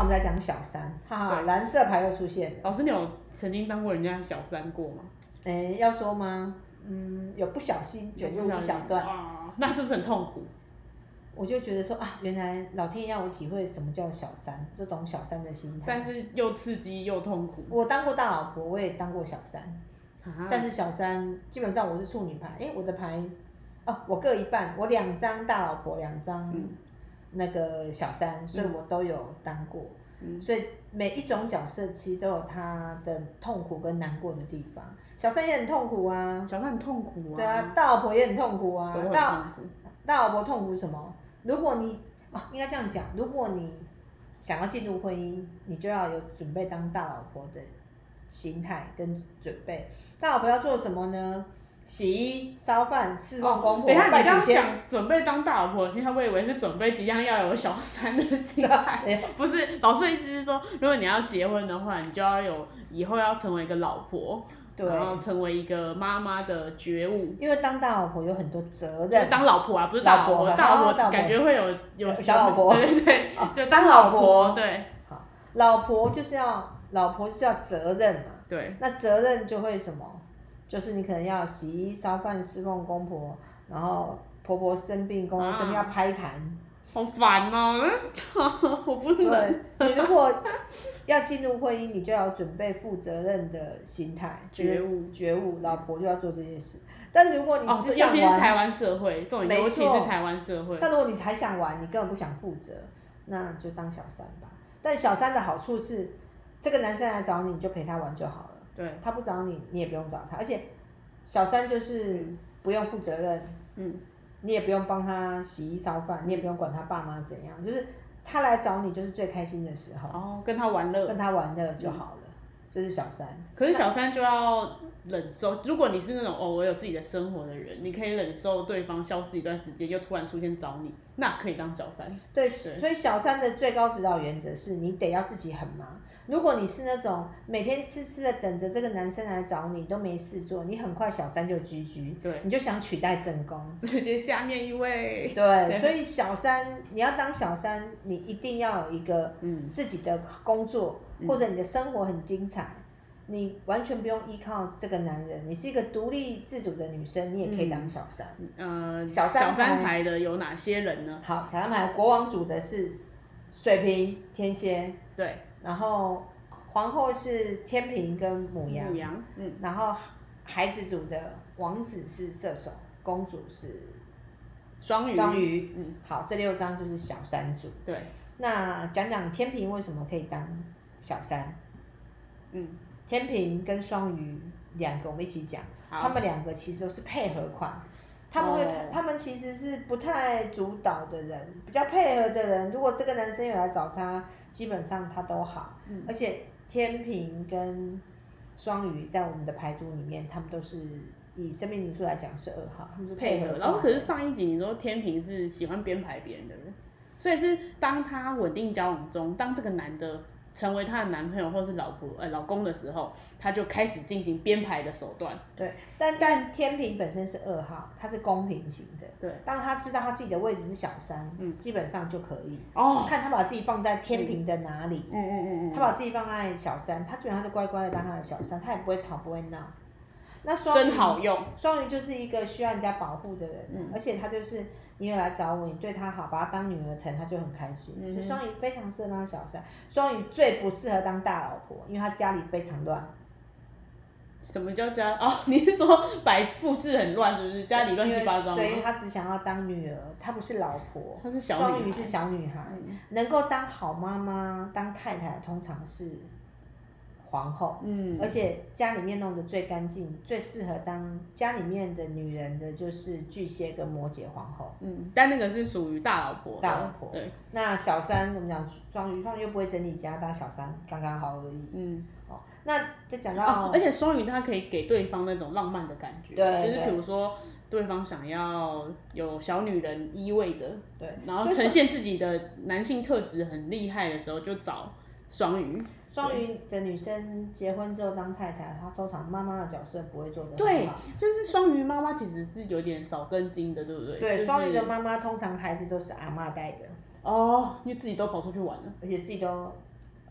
们来讲小三，哈哈，蓝色牌又出现了。 老师，你有曾经当过人家小三过吗？ 要说吗？有不小心卷入一小段， 那是不是很痛苦？ 我就觉得说啊，原来老天爷让我体会什么叫小三，这种小三的心态。 但是又刺激又痛苦。 我当过大老婆，我也当过小三，但是小三基本上我是处女牌，我的牌，我各一半，我2张大老婆，2张那个小三，所以我都有当过。所以每一种角色其实都有他的痛苦跟难过的地方。小三也很痛苦啊， 小三很痛苦啊。 对啊，大老婆也很痛苦啊。 都很痛苦。 大老婆痛苦什么？如果你应该这样讲，如果你想要进入婚姻，你就要有准备当大老婆的心态跟准备。大老婆要做什么呢？洗衣、烧饭、侍奉公婆、 等一下，你刚刚拜祖先。 讲准备当大老婆的心态，我以为是准备即将要有小三的心态。不是，老师的意思是说，如果你要结婚的话，你就要有以后要成为一个老婆。然后成为一个妈妈的觉悟， 因为当大老婆有很多责任。 就是当老婆啊，不是大老婆，大老婆感觉会有小老婆， 对，就当老婆，对。 好，老婆就是要责任嘛。 对。 那责任就会什么？就是你可能要洗衣、烧饭、侍奉公婆，然后婆婆生病、公公生病要拍痰。 好烦哦！我不能。 对，你如果要进入婚姻，你就要准备负责任的心态，觉悟，老婆就要做这件事。但如果你只想玩， 尤其是台湾社会，这种尤其是台湾社会。 但如果你还想玩，你根本不想负责，那就当小三吧。但小三的好处是，这个男生来找你，你就陪他玩就好了。 对。 他不找你，你也不用找他，而且小三就是不用负责任。你也不用帮他洗衣烧饭，你也不用管他爸妈怎样，就是他来找你就是最开心的时候。 跟他玩乐就好了。这是小三。 可是小三就要忍受，如果你是那种我有自己的生活的人，你可以忍受对方消失一段时间，又突然出现找你，那可以当小三。 对，所以小三的最高指导原则是你得要自己很忙。如果你是那种每天痴痴的等着这个男生来找你都没事做，你很快小三就居， 对， 你就想取代正宫， 直接下面一位。 对，所以小三你要当小三，你一定要有一个自己的工作，或者你的生活很精彩，你完全不用依靠这个男人，你是一个独立自主的女生，你也可以当小三。小三牌的有哪些人呢？ 好，小三牌国王组的是水瓶、天蝎， 对。 然后皇后是天秤跟牡羊，然后孩子组的王子是射手，公主是双鱼。好，这6张就是小三组。 对。 那讲讲天秤为什么可以当小三？天秤跟双鱼2个我们一起讲，他们2个其实都是配合款。他们其实是不太主导的人，比较配合的人。如果这个男生有来找他，基本上他都好。而且天秤跟双鱼在我们的牌组里面，他们都是以生命灵数来讲是2号，他们是配合。 然后可是上一集你说天秤是喜欢编排别人的人，所以是当他稳定交往中，当这个男的成为他的男朋友或是老公的时候，他就开始进行编排的手段。 对，但天秤本身是2号，他是公平型的。 对， 当他知道他自己的位置是小三，基本上就可以。看他把自己放在天秤的哪里。他把自己放在小三，他基本上就乖乖的当他的小三，他也不会吵不会闹。那真好用。 双鱼就是一个需要人家保护的人，而且他就是你有来找我，你对他好，把他当女儿疼，他就很开心。所以双鱼非常适合当小三，双鱼最不适合当大老婆，因为他家里非常乱。 什么叫家？你是说布置很乱，是不是？家里乱七八糟吗？ 对，因为他只想要当女儿，他不是老婆。 他是小女孩。 双鱼是小女孩，能够当好妈妈、当太太，通常是皇后。而且家里面弄得最干净、最适合当家里面的女人的就是巨蟹跟摩羯皇后。 但那个是属于大老婆。 大老婆。 对。 那小三我们讲双鱼又不会整理家，当小三刚刚好而已。那就讲到， 而且双鱼它可以给对方那种浪漫的感觉，就是比如说对方想要有小女人依偎的， 对， 然后呈现自己的男性特质很厉害的时候，就找双鱼。 双鱼的女生结婚之后当太太，她通常妈妈的角色不会做得很好。 对，就是双鱼妈妈其实是有点少根筋的，对不对？ 对，双鱼的妈妈通常孩子都是阿嬷带的。 因为自己都跑出去玩了， 而且自己都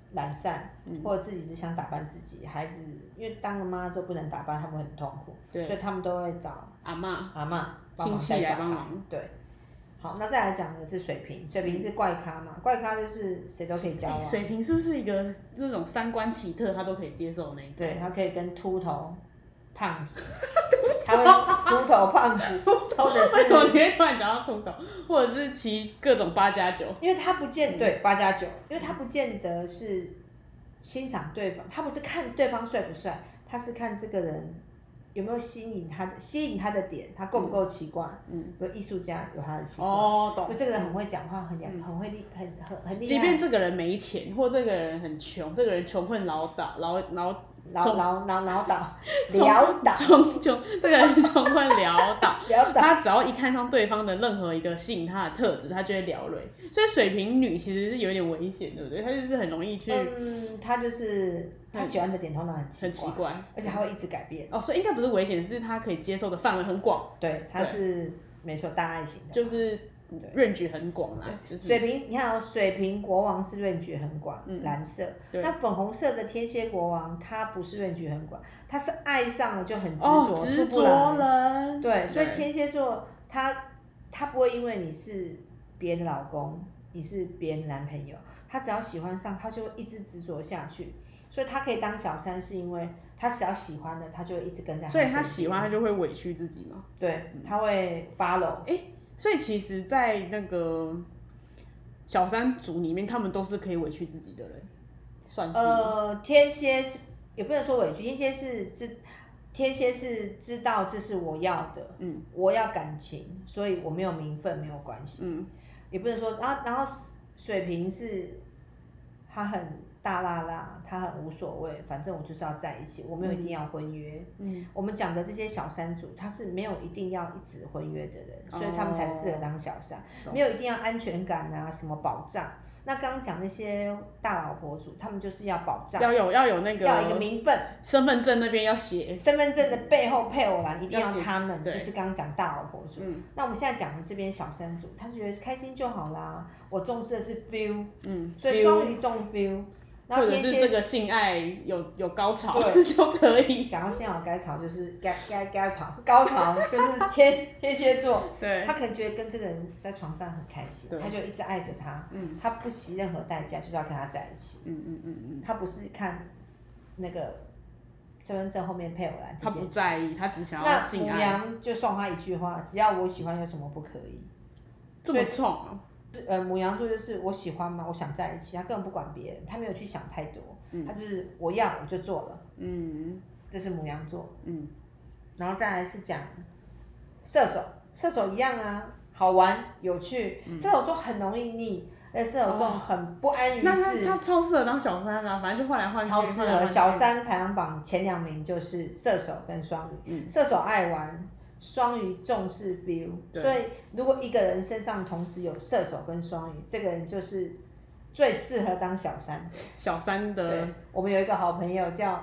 懒散，或者自己只想打扮自己，孩子因为当了妈之后不能打扮，他们很痛苦，所以他们都会找阿嬷帮忙带小孩。对，好，那再来讲的是水瓶，水瓶是怪咖嘛，怪咖就是谁都可以交往。 水瓶是不是一个这种三观奇特，他都可以接受那一种？ 对，他可以跟秃头、胖子，他会秃头、胖子，或者是为什么你会突然讲到秃头，或者是骑各种8+9？ 因为他不见对8+9，因为他不见得是欣赏对方，他不是看对方帅不帅，他是看这个人有没有吸引他的点，他够不够奇怪？比如艺术家有他的奇怪， 懂。 就这个人很会讲话，很会厉害。 即便这个人没钱，或这个人很穷，这个人穷困潦倒， 潦倒， 这个人穷困潦倒，他只要一看上对方的任何一个吸引他的特质，他就会撩蕊。所以水瓶女其实是有点危险，对不对？她就是很容易去， 她就是她喜欢的点通常很奇怪， 而且她会一直改变。 所以应该不是危险，是她可以接受的范围很广。 对，她是没错，大爱型的， 就是。range 很广啦，就是水瓶，你看水瓶国王是 range 很广，蓝色。那粉红色的天蝎国王，他不是 range 很广，他是爱上了就很执着， 执着人。 对，所以天蝎座他不会因为你是别人的老公，你是别人的男朋友，他只要喜欢上，他就会一直执着下去。所以他可以当小三，是因为他只要喜欢的，他就会一直跟在他身边。 所以他喜欢，他就会委屈自己嘛。 对，他会 follow。 所以其实，在那个小三组里面，他们都是可以委屈自己的人，算是。 天蝎是也不能说委屈，天蝎是知道这是我要的，我要感情，所以我没有名分没有关系，也不能说然后水瓶是他很大剌剌，他很无所谓，反正我就是要在一起，我没有一定要婚约。我们讲的这些小三组，他是没有一定要一直婚约的人，所以他们才适合当小三，没有一定要安全感啊，什么保障。那刚刚讲那些大老婆组，他们就是要保障， 要有那个要一个名分， 身份证那边要写， 身份证的背后配偶栏一定要他们，就是刚刚讲大老婆组。那我们现在讲的这边小三组，他是觉得开心就好啦，我重视的是 feel，所以双鱼重 feel。 或者是这个性爱有高潮就可以。 讲到性爱有高潮，就是高潮就是天蝎座， 对， 他可能觉得跟这个人在床上很开心，他就一直爱着他，他不惜任何代价就是要跟他在一起，他不是看那个身份证后面配偶栏这件事， 他不在意，他只想要性爱。 那母羊就送他一句话：只要我喜欢，有什么不可以？ 这么冲啊！ 母羊座就是我喜欢嘛，我想在一起，他根本不管别人，他没有去想太多，他就是我要我就做了，这是母羊座，然后再来是讲射手一样啊，好玩有趣，射手座很容易腻，射手座很不安于世， 那他超适合当小三啊，反正就换来换去， 超适合。小三排行榜前2名就是射手跟双鱼，射手爱玩。双鱼重视 feel， 所以如果一个人身上同时有射手跟双鱼，这个人就是最适合当小三。 小三的， 我们有一个好朋友叫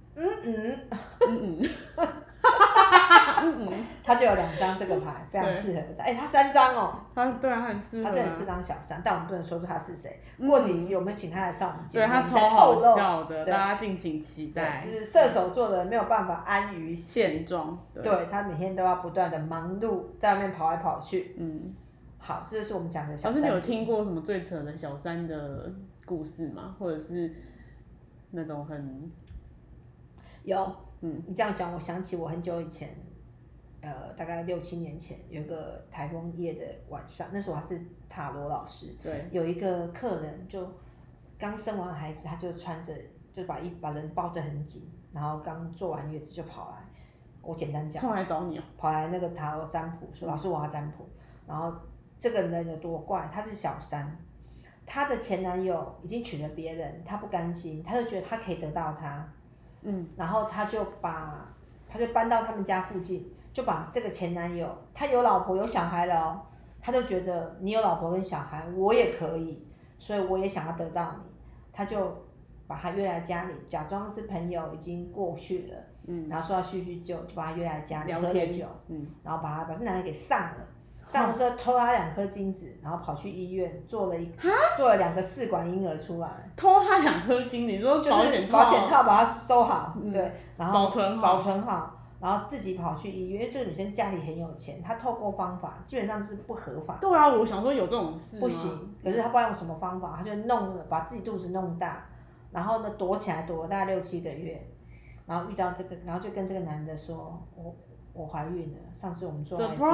他就有2张这个牌，非常适合的。他3张哦。 对啊，很适合。 他真的是当小三，但我们不能说出他是谁。过几集我们请他来上我们节目， 对他超好笑的，大家敬请期待。 就是射手座的人没有办法安于现状， 对他每天都要不断的忙碌，在外面跑来跑去。好，这就是我们讲的小三。 老师，你有听过什么最扯的小三的故事吗？或者是那种很有？你这样讲，我想起我很久以前，大概6、7年前，有一个台风夜的晚上，那时候我还是塔罗老师， 对， 有一个客人就刚生完孩子，他就穿着就把人抱得很紧，然后刚做完月子就跑来，我简单讲， 冲来找你哦， 跑来那个塔罗占卜，说老师我要占卜，然后这个人有多怪，他是小三，他的前男友已经娶了别人，他不甘心，他就觉得他可以得到他。然后他就搬到他们家附近，就把这个前男友，他有老婆有小孩了哦，他就觉得你有老婆跟小孩，我也可以，所以我也想要得到你，他就把他约来家里，假装是朋友已经过去了，然后说要叙叙旧，就把他约来家里喝了酒，然后把这男人给上上的时候偷他2颗精子，然后跑去医院做了2个试管婴儿出来。 偷他2颗精子，你说保险套把它收好，对，然后保存好。然后自己跑去医院，因为这个女生家里很有钱，她透过方法基本上是不合法的。 对啊，我想说有这种事吗？ 不行，可是她不知道用什么方法，她就把自己肚子弄大，然后呢躲起来躲了大概6、7个月，然后遇到这个，然后就跟这个男的说，我怀孕了，上次我们做爱之后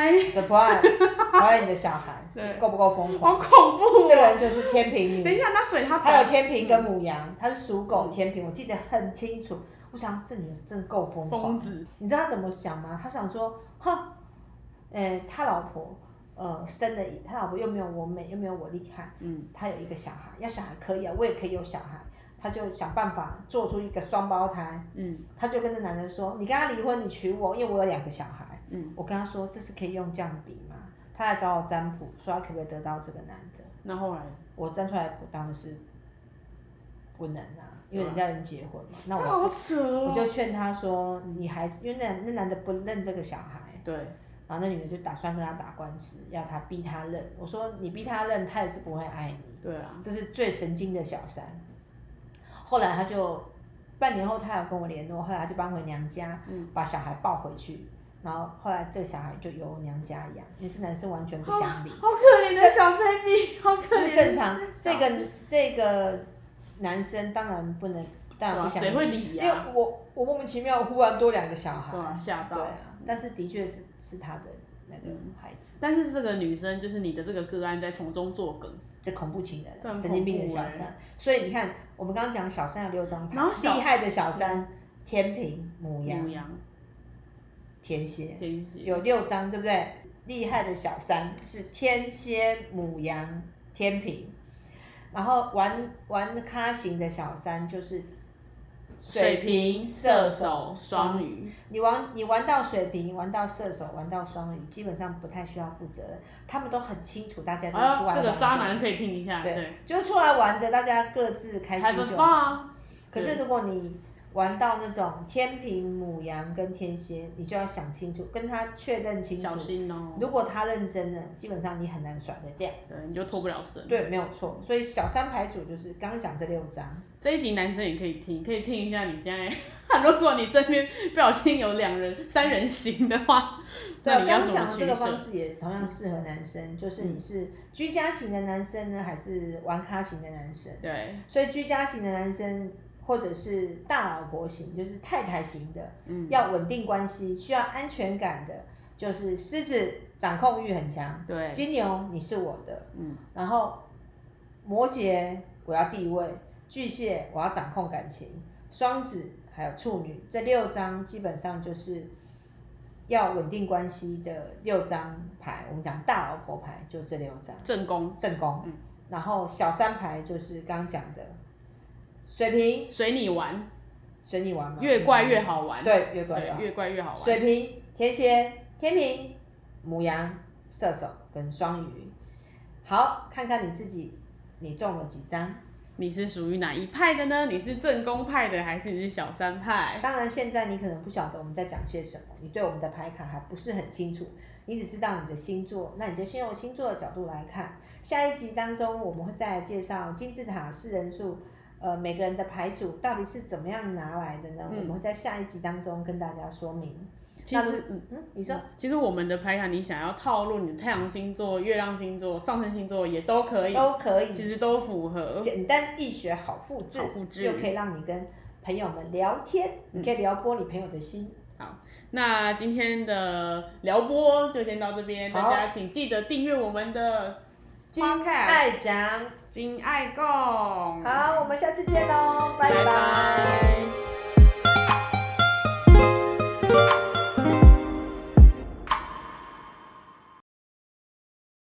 surprise 怀孕你的小孩，够不够疯狂？ 好恐怖！ 这个人就是天秤女。 等一下，那所以她有天秤跟牡羊，她是属狗天秤，我记得很清楚。我想这女的真的够疯狂，疯子。你知道他怎么想吗？他想说，哼，他老婆生了，他老婆又没有我美，又没有我厉害，他有一个小孩，要小孩可以啊，我也可以有小孩，他就想办法做出一个双胞胎，他就跟这男人说，你跟他离婚，你娶我，因为我有2个小孩，我跟他说这是可以用这样比吗？他来找我占卜，说他可不可以得到这个男的？ 那后来我占出来的谱当然是不能啊。因为人家人结婚嘛，那我就劝他说，你孩子，因为那男的不认这个小孩， 对， 然后那女的就打算跟他打官司，要他逼他认。我说你逼他认，他也是不会爱你， 对啊， 这是最神经的小三。后来他就半年后，他有跟我联络，后来他就搬回娘家，把小孩抱回去，然后后来这个小孩就由娘家养，因为这男生完全不想理， 好可怜的小 baby， 好可怜。 正常，这个。男生当然不想理， 谁会理因为我莫名其妙忽然多2个小孩， 吓到。 对啊，但是的确是他的那个孩子。 但是这个女生就是你的这个个案在从中作梗， 这恐怖情人，神经病的小三。所以你看，我们刚刚讲小三有6张牌，厉害的小三，天秤、牡羊、天蝎，有6张，对不对？厉害的小三是天蝎、牡羊、天秤。然后玩咖型的小三就是水瓶、射手、双鱼。 你玩到水瓶，玩到射手，玩到双鱼，基本上不太需要负责任，他们都很清楚，大家就出来玩。 这个渣男可以听一下，对， 就出来玩的，大家各自开心就好。可是如果你玩到那种天秤、牡羊跟天蝎，你就要想清楚，跟他确认清楚。 小心哦！ 如果他认真了，基本上你很难甩得掉。 对，你就脱不了身。 对，没有错。所以小三牌组就是刚刚讲这6张。 这一集男生也可以听一下。你现在，如果你身边不小心有3人行的话， 对，刚刚讲的这个方式也同样适合男生，就是你是居家型的男生呢，还是玩咖型的男生？ 对。 所以居家型的男生。或者是大老婆型，就是太太型的，要稳定关系，需要安全感的，就是狮子掌控欲很强， 对， 金牛你是我的，然后摩羯我要地位，巨蟹我要掌控感情，双子还有处女这6张基本上就是要稳定关系的6张牌，我们讲大老婆牌就这6张， 正宫， 然后小三牌就是刚刚讲的。水瓶随你玩嘛， 越怪越好玩。 对，越怪越好玩。 水瓶、天蝎、天秤、牡羊、射手跟双鱼。好，看看你自己，你中了几张？ 你是属于哪一派的呢？你是正宫派的，还是你是小三派？ 当然，现在你可能不晓得我们在讲些什么，你对我们的牌卡还不是很清楚，你只知道你的星座，那你就先用星座的角度来看。下一集当中，我们会再来介绍金字塔4人数。每个人的牌组到底是怎么样拿来的呢？我们会在下一集当中跟大家说明。 其实， 你说， 其实我们的牌卡，你想要套入你的太阳星座、月亮星座、上升星座也都可以，其实都符合， 简单易学，好复制，又可以让你跟朋友们聊天，你可以撩拨你朋友的心。 好，那今天的撩拨就先到这边，大家请记得订阅我们的金爱讲。 金爱共， 好，我们下次见喽，拜拜。